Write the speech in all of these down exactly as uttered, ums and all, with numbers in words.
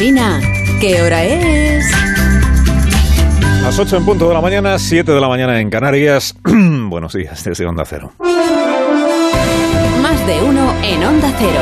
Alsina, ¿qué hora es? Las ocho en punto de la mañana, siete de la mañana en Canarias. Buenos días, desde Onda Cero. Más de uno en Onda Cero.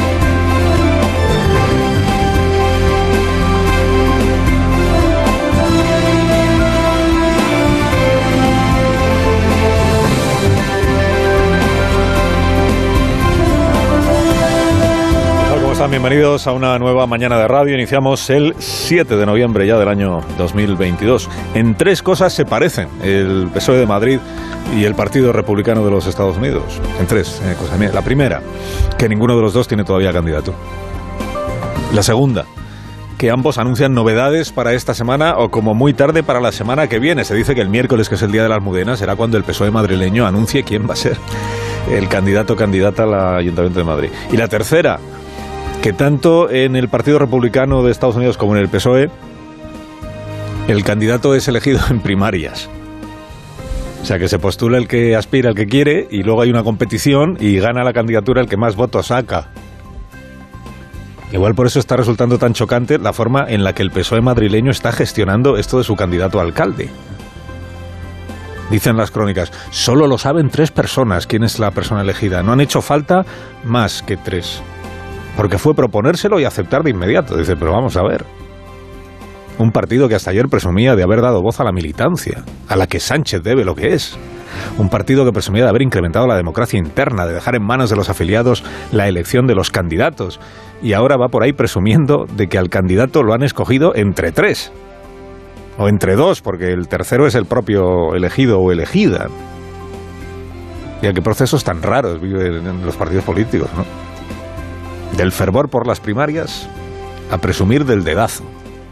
Bienvenidos a una nueva mañana de radio. Iniciamos el siete de noviembre ya del año dos mil veintidós. En tres cosas se parecen el P S O E de Madrid y el Partido Republicano de los Estados Unidos. En tres eh, cosas. La primera, que ninguno de los dos tiene todavía candidato. La segunda, que ambos anuncian novedades para esta semana o como muy tarde para la semana que viene. Se dice que el miércoles, que es el Día de la Almudena, será cuando el P S O E madrileño anuncie quién va a ser el candidato o candidata al Ayuntamiento de Madrid. Y la tercera, que tanto en el Partido Republicano de Estados Unidos como en el P S O E, el candidato es elegido en primarias. O sea, que se postula el que aspira, el que quiere, y luego hay una competición y gana la candidatura el que más votos saca. Igual por eso está resultando tan chocante la forma en la que el P S O E madrileño está gestionando esto de su candidato a alcalde. Dicen las crónicas, solo lo saben tres personas quién es la persona elegida. No han hecho falta más que tres. Porque fue proponérselo y aceptar de inmediato. Dice, pero vamos a ver. Un partido que hasta ayer presumía de haber dado voz a la militancia, a la que Sánchez debe lo que es. Un partido que presumía de haber incrementado la democracia interna, de dejar en manos de los afiliados la elección de los candidatos. Y ahora va por ahí presumiendo de que al candidato lo han escogido entre tres. O entre dos, porque el tercero es el propio elegido o elegida. Y a qué procesos tan raros viven en los partidos políticos, ¿no? Del fervor por las primarias a presumir del dedazo.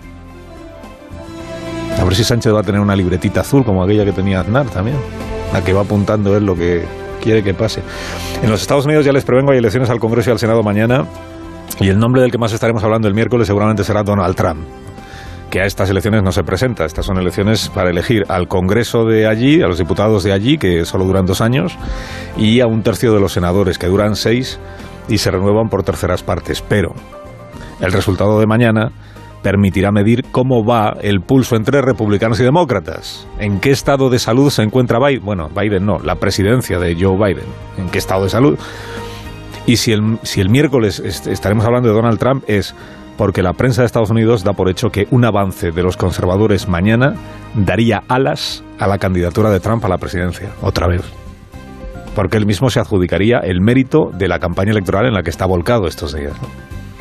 A ver si Sánchez va a tener una libretita azul como aquella que tenía Aznar también, la que va apuntando él lo que quiere que pase. En los Estados Unidos, ya les prevengo, hay elecciones al Congreso y al Senado mañana, y el nombre del que más estaremos hablando el miércoles seguramente será Donald Trump, que a estas elecciones no se presenta. Estas son elecciones para elegir al Congreso de allí, a los diputados de allí, que solo duran dos años, y a un tercio de los senadores, que duran seis y se renuevan por terceras partes. Pero el resultado de mañana permitirá medir cómo va el pulso entre republicanos y demócratas. ¿En qué estado de salud se encuentra Biden? Bueno, Biden no, la presidencia de Joe Biden. ¿En qué estado de salud? Y si el, si el miércoles est- estaremos hablando de Donald Trump, es porque la prensa de Estados Unidos da por hecho que un avance de los conservadores mañana daría alas a la candidatura de Trump a la presidencia, otra vez. Porque él mismo se adjudicaría el mérito de la campaña electoral en la que está volcado estos días, ¿no?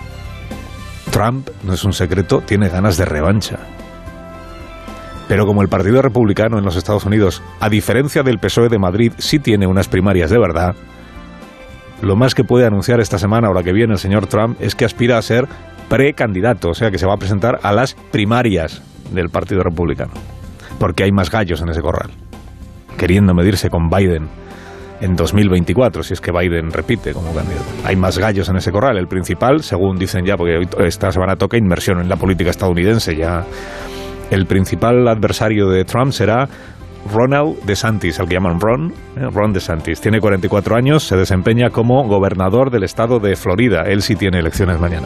Trump, no es un secreto, tiene ganas de revancha. Pero como el Partido Republicano en los Estados Unidos, a diferencia del P S O E de Madrid, sí tiene unas primarias de verdad, lo más que puede anunciar esta semana o la que viene el señor Trump es que aspira a ser precandidato, o sea que se va a presentar a las primarias del Partido Republicano. Porque hay más gallos en ese corral, queriendo medirse con Biden en dos mil veinticuatro, si es que Biden repite como candidato. Hay más gallos en ese corral. El principal, según dicen ya, porque esta semana toca inmersión en la política estadounidense, ya el principal adversario de Trump será Ronald DeSantis, al que llaman Ron, ¿eh? Ron DeSantis. Tiene cuarenta y cuatro años, se desempeña como gobernador del estado de Florida. Él sí tiene elecciones mañana.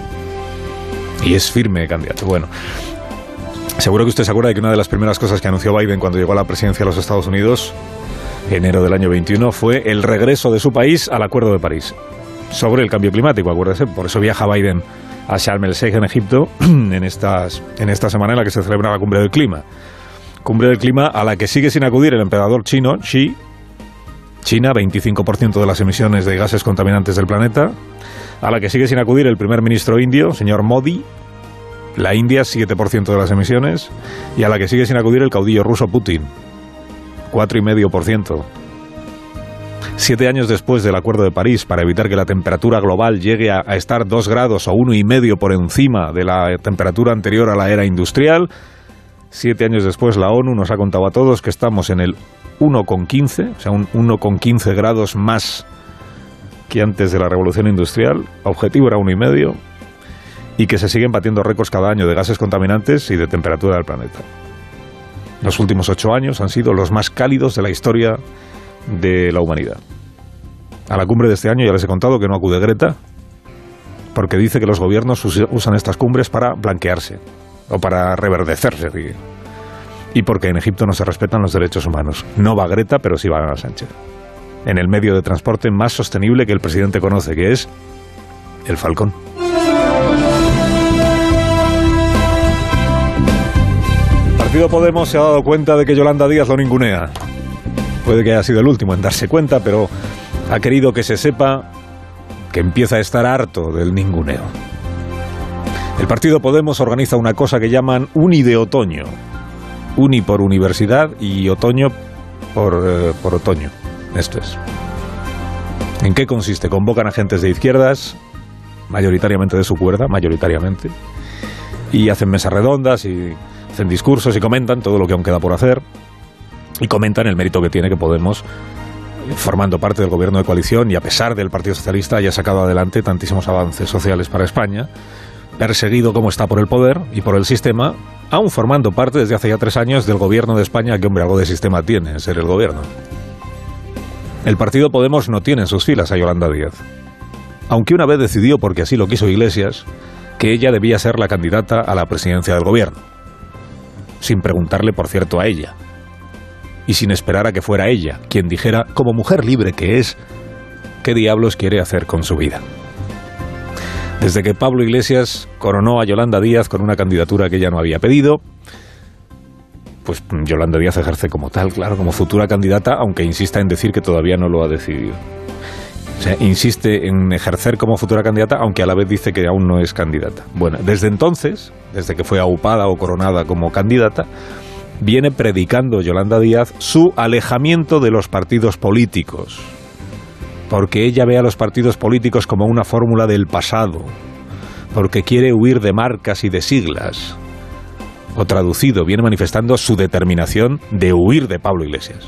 Y es firme candidato. Bueno, seguro que usted se acuerda de que una de las primeras cosas que anunció Biden cuando llegó a la presidencia de los Estados Unidos, enero del año veintiuno, fue el regreso de su país al Acuerdo de París sobre el cambio climático, acuérdese. Por eso viaja Biden a Sharm el Sheikh en Egipto en, estas, en esta semana en la que se celebra la Cumbre del Clima. Cumbre del Clima a la que sigue sin acudir el emperador chino, Xi. China, veinticinco por ciento de las emisiones de gases contaminantes del planeta. A la que sigue sin acudir el primer ministro indio, señor Modi. La India, siete por ciento de las emisiones. Y a la que sigue sin acudir el caudillo ruso Putin, cuatro coma cinco por ciento. Siete años después del Acuerdo de París, para evitar que la temperatura global llegue a, a estar dos grados o uno coma cinco por encima de la temperatura anterior a la era industrial, siete años después la ONU nos ha contado a todos que estamos en el uno coma quince, o sea, un uno coma quince grados más que antes de la revolución industrial. Objetivo era uno coma cinco, y que se siguen batiendo récords cada año de gases contaminantes y de temperatura del planeta. Los últimos ocho años han sido los más cálidos de la historia de la humanidad. A la cumbre de este año ya les he contado que no acude Greta, porque dice que los gobiernos usan estas cumbres para blanquearse o para reverdecerse, y porque en Egipto no se respetan los derechos humanos. No va Greta, pero sí va Ana Sánchez, en el medio de transporte más sostenible que el presidente conoce, que es el Falcón. El Partido Podemos se ha dado cuenta de que Yolanda Díaz lo ningunea. Puede que haya sido el último en darse cuenta, pero ha querido que se sepa que empieza a estar harto del ninguneo. El Partido Podemos organiza una cosa que llaman Uni de Otoño. Uni por universidad y otoño por, eh, por otoño. Esto es. ¿En qué consiste? Convocan a agentes de izquierdas, mayoritariamente de su cuerda, mayoritariamente, y hacen mesas redondas y hacen discursos y comentan todo lo que aún queda por hacer, y comentan el mérito que tiene que Podemos, formando parte del gobierno de coalición y a pesar del Partido Socialista, haya sacado adelante tantísimos avances sociales para España, perseguido como está por el poder y por el sistema, aún formando parte desde hace ya tres años del gobierno de España, que hombre, algo de sistema tiene ser el gobierno. El Partido Podemos no tiene en sus filas a Yolanda Díaz, aunque una vez decidió, porque así lo quiso Iglesias, que ella debía ser la candidata a la presidencia del gobierno, sin preguntarle, por cierto, a ella, y sin esperar a que fuera ella quien dijera, como mujer libre que es, qué diablos quiere hacer con su vida. Desde que Pablo Iglesias coronó a Yolanda Díaz con una candidatura que ella no había pedido, pues Yolanda Díaz ejerce como tal, claro, como futura candidata, aunque insista en decir que todavía no lo ha decidido. O sea, insiste en ejercer como futura candidata, aunque a la vez dice que aún no es candidata. Bueno, desde entonces, desde que fue aupada o coronada como candidata, viene predicando Yolanda Díaz su alejamiento de los partidos políticos, porque ella ve a los partidos políticos como una fórmula del pasado, porque quiere huir de marcas y de siglas, o traducido, viene manifestando su determinación de huir de Pablo Iglesias.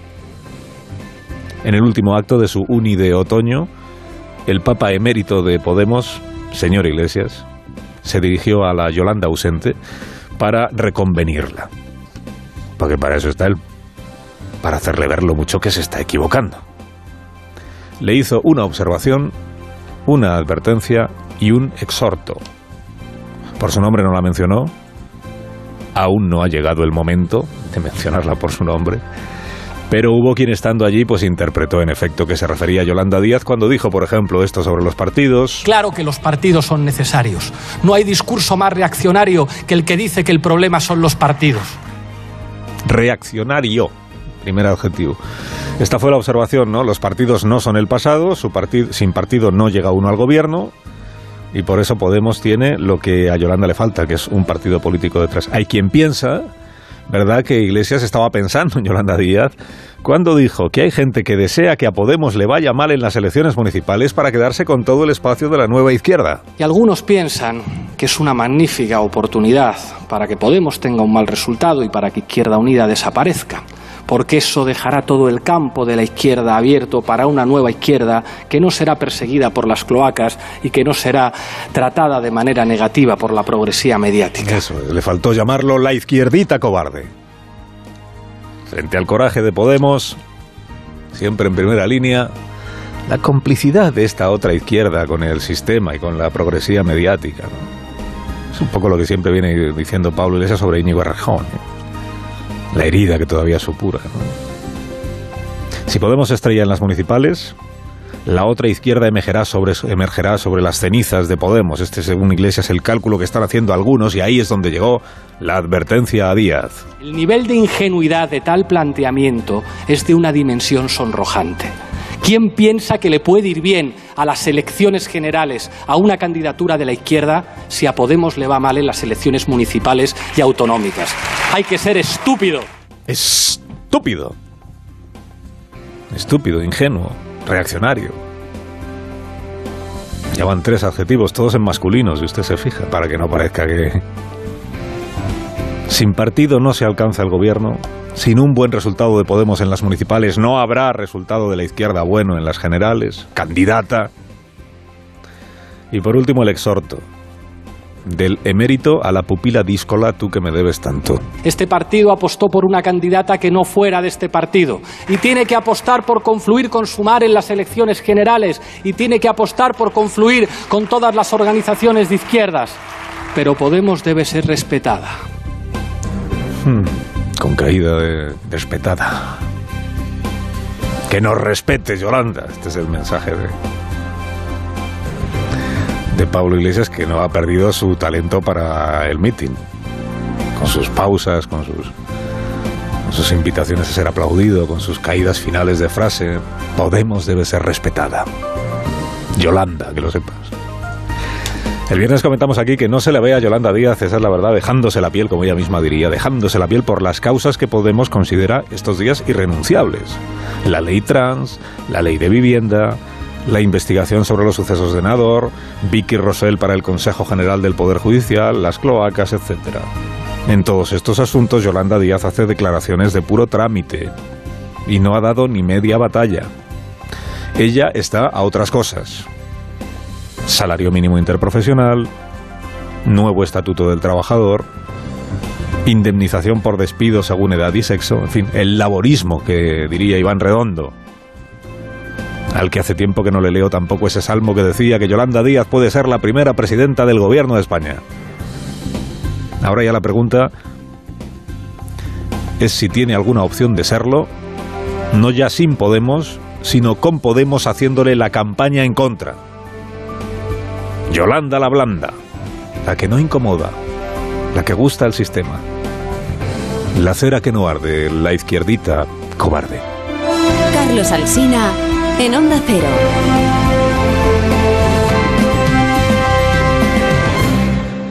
En el último acto de su Uni de Otoño, el Papa emérito de Podemos, señor Iglesias, se dirigió a la Yolanda ausente para reconvenirla, porque para eso está él, para hacerle ver lo mucho que se está equivocando. Le hizo una observación, una advertencia y un exhorto. Por su nombre no la mencionó, aún no ha llegado el momento de mencionarla por su nombre, pero hubo quien estando allí pues interpretó en efecto que se refería a Yolanda Díaz cuando dijo, por ejemplo, esto sobre los partidos. Claro que los partidos son necesarios. No hay discurso más reaccionario que el que dice que el problema son los partidos. Reaccionario, primer adjetivo. Esta fue la observación, ¿no? Los partidos no son el pasado, su partido, sin partido no llega uno al gobierno, y por eso Podemos tiene lo que a Yolanda le falta, que es un partido político detrás. Hay quien piensa, ¿verdad?, que Iglesias estaba pensando en Yolanda Díaz cuando dijo que hay gente que desea que a Podemos le vaya mal en las elecciones municipales para quedarse con todo el espacio de la nueva izquierda. Y algunos piensan que es una magnífica oportunidad para que Podemos tenga un mal resultado y para que Izquierda Unida desaparezca, porque eso dejará todo el campo de la izquierda abierto para una nueva izquierda que no será perseguida por las cloacas y que no será tratada de manera negativa por la progresía mediática. Eso, le faltó llamarlo la izquierdita cobarde. Frente al coraje de Podemos, siempre en primera línea, la complicidad de esta otra izquierda con el sistema y con la progresía mediática, ¿no? Es un poco lo que siempre viene diciendo Pablo Iglesias sobre Íñigo Errejón, ¿eh? La herida que todavía supura, ¿no? Si Podemos estrella en las municipales, la otra izquierda emergerá sobre, emergerá sobre las cenizas de Podemos. Este, según Iglesias, es el cálculo que están haciendo algunos, y ahí es donde llegó la advertencia a Díaz. El nivel de ingenuidad de tal planteamiento es de una dimensión sonrojante. ¿Quién piensa que le puede ir bien a las elecciones generales a una candidatura de la izquierda si a Podemos le va mal en las elecciones municipales y autonómicas? Hay que ser estúpido. Estúpido. Estúpido, ingenuo, reaccionario. Ya van tres adjetivos, todos en masculino, si usted se fija, para que no parezca que... Sin partido no se alcanza el gobierno. Sin un buen resultado de Podemos en las municipales no habrá resultado de la izquierda bueno en las generales, candidata. Y por último el exhorto. del emérito a la pupila díscola, tú que me debes tanto. Este partido apostó por una candidata que no fuera de este partido y tiene que apostar por confluir con Sumar en las elecciones generales y tiene que apostar por confluir con todas las organizaciones de izquierdas. Pero Podemos debe ser respetada. Hmm, con caída de respetada. Que nos respete, Yolanda. Este es el mensaje de... de Pablo Iglesias, que no ha perdido su talento para el mitin, con sus pausas, con sus, con sus invitaciones a ser aplaudido, con sus caídas finales de frase. Podemos debe ser respetada. Yolanda, que lo sepas. El viernes comentamos aquí que no se le ve a Yolanda Díaz, esa es la verdad, dejándose la piel, como ella misma diría, dejándose la piel por las causas que Podemos considera estos días irrenunciables. La ley trans, la ley de vivienda, la investigación sobre los sucesos de Nador, Vicky Rosell para el Consejo General del Poder Judicial, las cloacas, etcétera. En todos estos asuntos, Yolanda Díaz hace declaraciones de puro trámite y no ha dado ni media batalla. Ella está a otras cosas. Salario mínimo interprofesional, nuevo estatuto del trabajador, indemnización por despido según edad y sexo, en fin, el laborismo que diría Iván Redondo, al que hace tiempo que no le leo tampoco ese salmo que decía que Yolanda Díaz puede ser la primera presidenta del gobierno de España. Ahora ya la pregunta es si tiene alguna opción de serlo, no ya sin Podemos, sino con Podemos haciéndole la campaña en contra. Yolanda la blanda, la que no incomoda, la que gusta al sistema, la cera que no arde, la izquierdita cobarde. Carlos Alsina en Onda Cero.